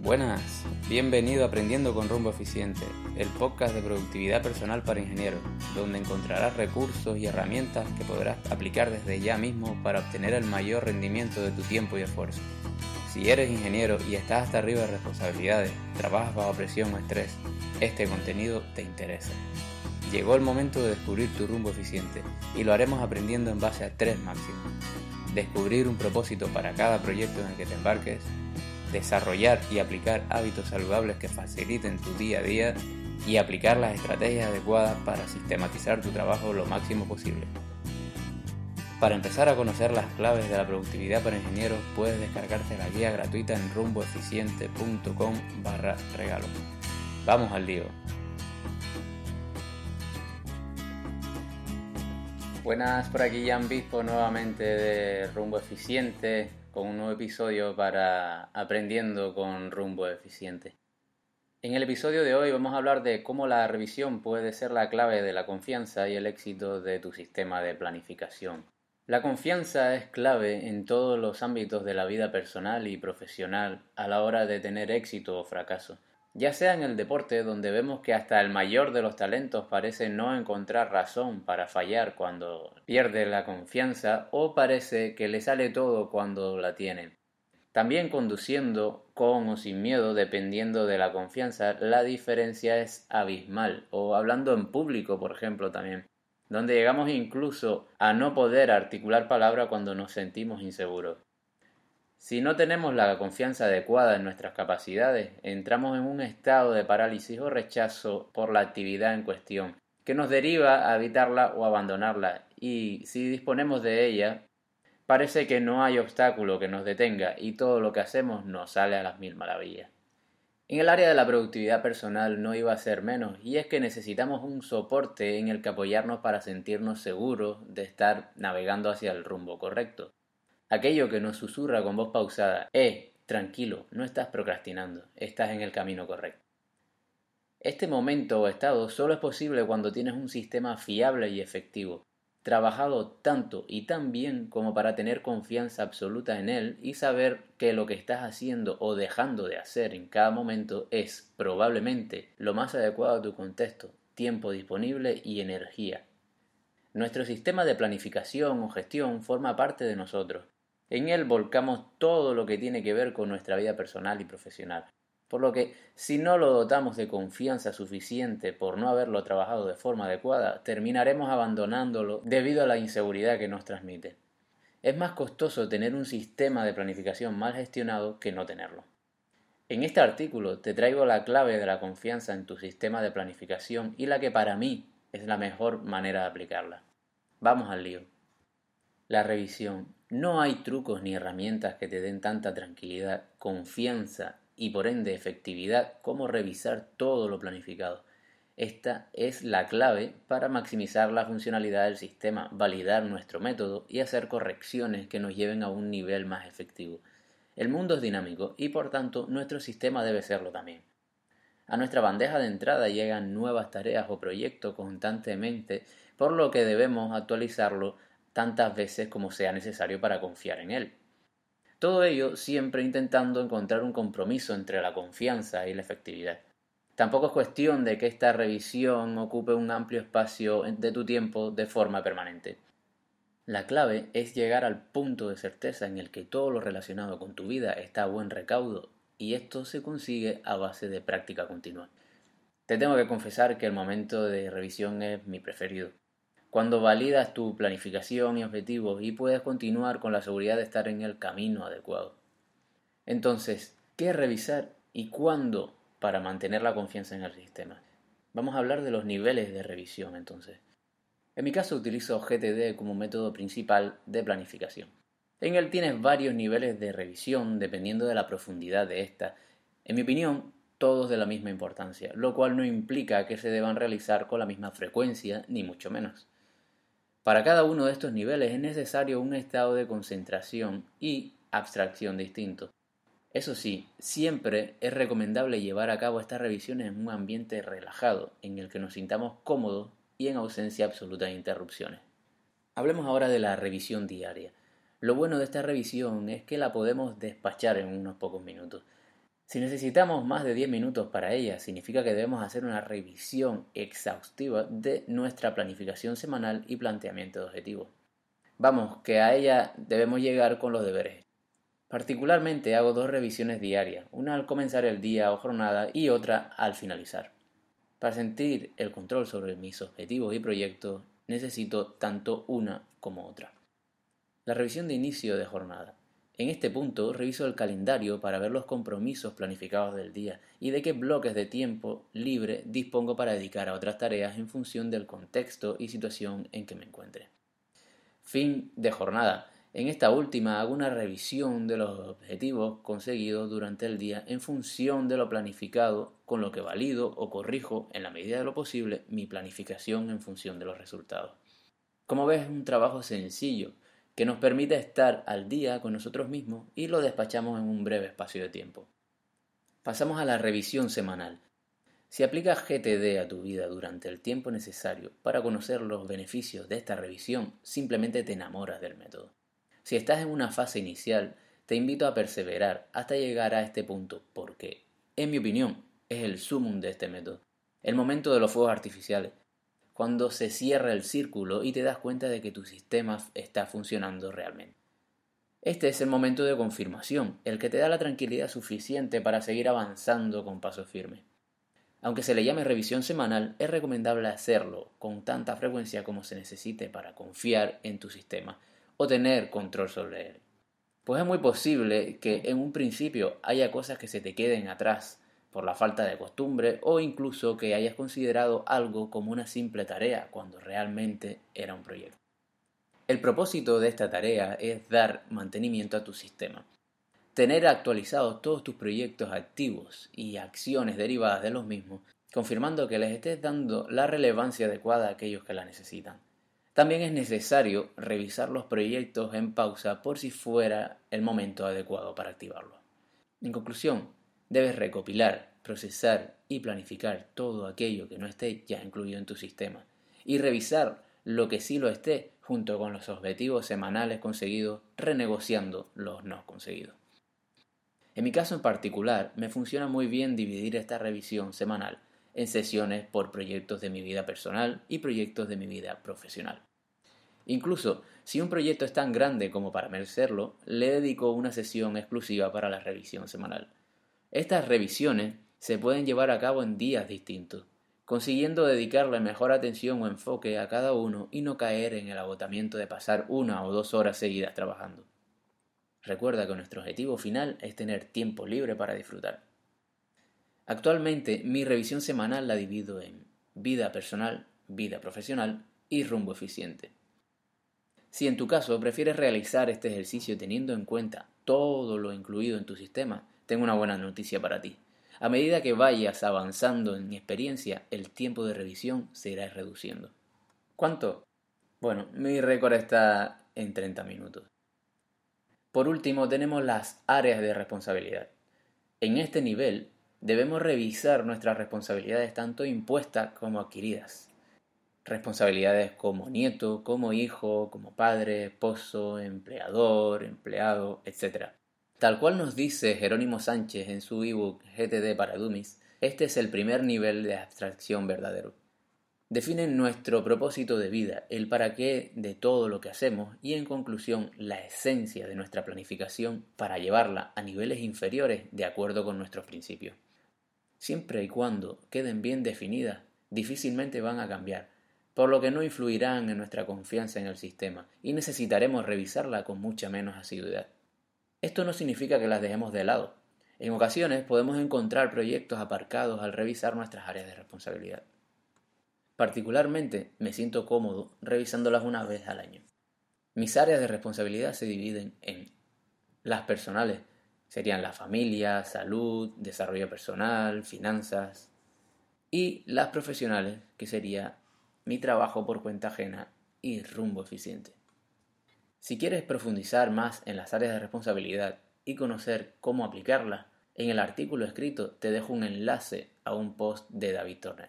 Buenas, bienvenido a Aprendiendo con Rumbo Eficiente, el podcast de productividad personal para ingenieros, donde encontrarás recursos y herramientas que podrás aplicar desde ya mismo para obtener el mayor rendimiento de tu tiempo y esfuerzo. Si eres ingeniero y estás hasta arriba de responsabilidades, trabajas bajo presión o estrés, este contenido te interesa. Llegó el momento de descubrir tu rumbo eficiente y lo haremos aprendiendo en base a 3 máximos. Descubrir un propósito para cada proyecto en el que te embarques, desarrollar y aplicar hábitos saludables que faciliten tu día a día y aplicar las estrategias adecuadas para sistematizar tu trabajo lo máximo posible. Para empezar a conocer las claves de la productividad para ingenieros, puedes descargarte la guía gratuita en rumboeficiente.com/regalo. Vamos al lío. Buenas, por aquí Jan Bispo nuevamente de Rumbo Eficiente con un nuevo episodio para Aprendiendo con Rumbo Eficiente. En el episodio de hoy vamos a hablar de cómo la revisión puede ser la clave de la confianza y el éxito de tu sistema de planificación. La confianza es clave en todos los ámbitos de la vida personal y profesional a la hora de tener éxito o fracaso. Ya sea en el deporte, donde vemos que hasta el mayor de los talentos parece no encontrar razón para fallar cuando pierde la confianza o parece que le sale todo cuando la tiene. También conduciendo con o sin miedo, dependiendo de la confianza, la diferencia es abismal. O hablando en público, por ejemplo, también, donde llegamos incluso a no poder articular palabra cuando nos sentimos inseguros. Si no tenemos la confianza adecuada en nuestras capacidades, entramos en un estado de parálisis o rechazo por la actividad en cuestión, que nos deriva a evitarla o abandonarla, y si disponemos de ella, parece que no hay obstáculo que nos detenga y todo lo que hacemos nos sale a las mil maravillas. En el área de la productividad personal no iba a ser menos, y es que necesitamos un soporte en el que apoyarnos para sentirnos seguros de estar navegando hacia el rumbo correcto. Aquello que nos susurra con voz pausada, tranquilo, no estás procrastinando, estás en el camino correcto. Este momento o estado solo es posible cuando tienes un sistema fiable y efectivo, trabajado tanto y tan bien como para tener confianza absoluta en él y saber que lo que estás haciendo o dejando de hacer en cada momento es, probablemente, lo más adecuado a tu contexto, tiempo disponible y energía. Nuestro sistema de planificación o gestión forma parte de nosotros. En él volcamos todo lo que tiene que ver con nuestra vida personal y profesional, por lo que si no lo dotamos de confianza suficiente por no haberlo trabajado de forma adecuada, terminaremos abandonándolo debido a la inseguridad que nos transmite. Es más costoso tener un sistema de planificación mal gestionado que no tenerlo. En este artículo te traigo la clave de la confianza en tu sistema de planificación y la que para mí es la mejor manera de aplicarla. Vamos al lío. La revisión. No hay trucos ni herramientas que te den tanta tranquilidad, confianza y por ende efectividad como revisar todo lo planificado. Esta es la clave para maximizar la funcionalidad del sistema, validar nuestro método y hacer correcciones que nos lleven a un nivel más efectivo. El mundo es dinámico y por tanto nuestro sistema debe serlo también. A nuestra bandeja de entrada llegan nuevas tareas o proyectos constantemente, por lo que debemos actualizarlo tantas veces como sea necesario para confiar en él. Todo ello siempre intentando encontrar un compromiso entre la confianza y la efectividad. Tampoco es cuestión de que esta revisión ocupe un amplio espacio de tu tiempo de forma permanente. La clave es llegar al punto de certeza en el que todo lo relacionado con tu vida está a buen recaudo, y esto se consigue a base de práctica continua. Te tengo que confesar que el momento de revisión es mi preferido. Cuando validas tu planificación y objetivos y puedes continuar con la seguridad de estar en el camino adecuado. Entonces, ¿qué revisar y cuándo para mantener la confianza en el sistema? Vamos a hablar de los niveles de revisión entonces. En mi caso utilizo GTD como método principal de planificación. En él tienes varios niveles de revisión dependiendo de la profundidad de esta. En mi opinión, todos de la misma importancia, lo cual no implica que se deban realizar con la misma frecuencia, ni mucho menos. Para cada uno de estos niveles es necesario un estado de concentración y abstracción distinto. Eso sí, siempre es recomendable llevar a cabo estas revisiones en un ambiente relajado, en el que nos sintamos cómodos y en ausencia absoluta de interrupciones. Hablemos ahora de la revisión diaria. Lo bueno de esta revisión es que la podemos despachar en unos pocos minutos. Si necesitamos más de 10 minutos para ella, significa que debemos hacer una revisión exhaustiva de nuestra planificación semanal y planteamiento de objetivos. Vamos, que a ella debemos llegar con los deberes. Particularmente hago 2 revisiones diarias, una al comenzar el día o jornada y otra al finalizar. Para sentir el control sobre mis objetivos y proyectos, necesito tanto una como otra. La revisión de inicio de jornada. En este punto reviso el calendario para ver los compromisos planificados del día y de qué bloques de tiempo libre dispongo para dedicar a otras tareas en función del contexto y situación en que me encuentre. Fin de jornada. En esta última hago una revisión de los objetivos conseguidos durante el día en función de lo planificado, con lo que valido o corrijo en la medida de lo posible mi planificación en función de los resultados. Como ves, es un trabajo sencillo que nos permite estar al día con nosotros mismos y lo despachamos en un breve espacio de tiempo. Pasamos a la revisión semanal. Si aplicas GTD a tu vida durante el tiempo necesario para conocer los beneficios de esta revisión, simplemente te enamoras del método. Si estás en una fase inicial, te invito a perseverar hasta llegar a este punto porque, en mi opinión, es el sumum de este método, el momento de los fuegos artificiales, cuando se cierra el círculo y te das cuenta de que tu sistema está funcionando realmente. Este es el momento de confirmación, el que te da la tranquilidad suficiente para seguir avanzando con paso firme. Aunque se le llame revisión semanal, es recomendable hacerlo con tanta frecuencia como se necesite para confiar en tu sistema o tener control sobre él. Pues es muy posible que en un principio haya cosas que se te queden atrás por la falta de costumbre o incluso que hayas considerado algo como una simple tarea cuando realmente era un proyecto. El propósito de esta tarea es dar mantenimiento a tu sistema, tener actualizados todos tus proyectos activos y acciones derivadas de los mismos, confirmando que les estés dando la relevancia adecuada a aquellos que la necesitan. También es necesario revisar los proyectos en pausa por si fuera el momento adecuado para activarlos. En conclusión, debes recopilar, procesar y planificar todo aquello que no esté ya incluido en tu sistema y revisar lo que sí lo esté junto con los objetivos semanales conseguidos, renegociando los no conseguidos. En mi caso en particular, me funciona muy bien dividir esta revisión semanal en sesiones por proyectos de mi vida personal y proyectos de mi vida profesional. Incluso, si un proyecto es tan grande como para merecerlo, le dedico una sesión exclusiva para la revisión semanal. Estas revisiones se pueden llevar a cabo en días distintos, consiguiendo dedicarle mejor atención o enfoque a cada uno y no caer en el agotamiento de pasar 1 o 2 horas seguidas trabajando. Recuerda que nuestro objetivo final es tener tiempo libre para disfrutar. Actualmente mi revisión semanal la divido en vida personal, vida profesional y rumbo eficiente. Si en tu caso prefieres realizar este ejercicio teniendo en cuenta todo lo incluido en tu sistema, tengo una buena noticia para ti. A medida que vayas avanzando en experiencia, el tiempo de revisión se irá reduciendo. ¿Cuánto? Bueno, mi récord está en 30 minutos. Por último, tenemos las áreas de responsabilidad. En este nivel, debemos revisar nuestras responsabilidades tanto impuestas como adquiridas. Responsabilidades como nieto, como hijo, como padre, esposo, empleador, empleado, etc. Tal cual nos dice Jerónimo Sánchez en su ebook GTD para Dummies, este es el primer nivel de abstracción verdadero. Definen nuestro propósito de vida, el para qué de todo lo que hacemos y en conclusión la esencia de nuestra planificación para llevarla a niveles inferiores de acuerdo con nuestros principios. Siempre y cuando queden bien definidas, difícilmente van a cambiar, por lo que no influirán en nuestra confianza en el sistema y necesitaremos revisarla con mucha menos asiduidad. Esto no significa que las dejemos de lado. En ocasiones podemos encontrar proyectos aparcados al revisar nuestras áreas de responsabilidad. Particularmente me siento cómodo revisándolas una vez al año. Mis áreas de responsabilidad se dividen en las personales, serían la familia, salud, desarrollo personal, finanzas, y las profesionales, que sería mi trabajo por cuenta ajena y rumbo eficiente. Si quieres profundizar más en las áreas de responsabilidad y conocer cómo aplicarlas, en el artículo escrito te dejo un enlace a un post de David Turner.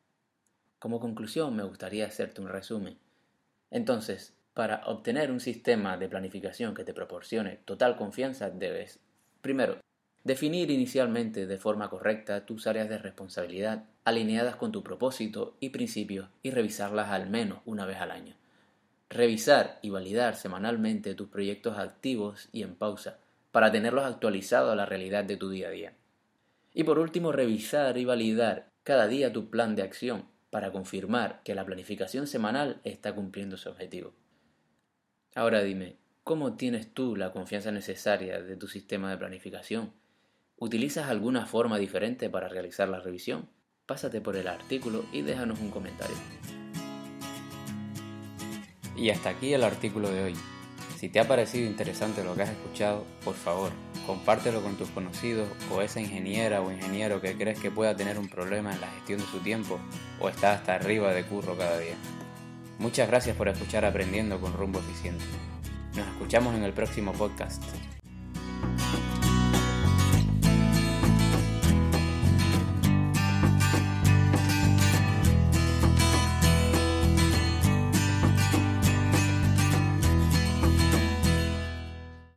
Como conclusión, me gustaría hacerte un resumen. Entonces, para obtener un sistema de planificación que te proporcione total confianza, debes, primero, Definir inicialmente de forma correcta tus áreas de responsabilidad alineadas con tu propósito y principios y revisarlas al menos una vez al año. Revisar y validar semanalmente tus proyectos activos y en pausa para tenerlos actualizados a la realidad de tu día a día. Y por último, revisar y validar cada día tu plan de acción para confirmar que la planificación semanal está cumpliendo su objetivo. Ahora dime, ¿cómo tienes tú la confianza necesaria de tu sistema de planificación? ¿Utilizas alguna forma diferente para realizar la revisión? Pásate por el artículo y déjanos un comentario. Y hasta aquí el artículo de hoy. Si te ha parecido interesante lo que has escuchado, por favor, compártelo con tus conocidos o esa ingeniera o ingeniero que crees que pueda tener un problema en la gestión de su tiempo o está hasta arriba de curro cada día. Muchas gracias por escuchar Aprendiendo con Rumbo Eficiente. Nos escuchamos en el próximo podcast.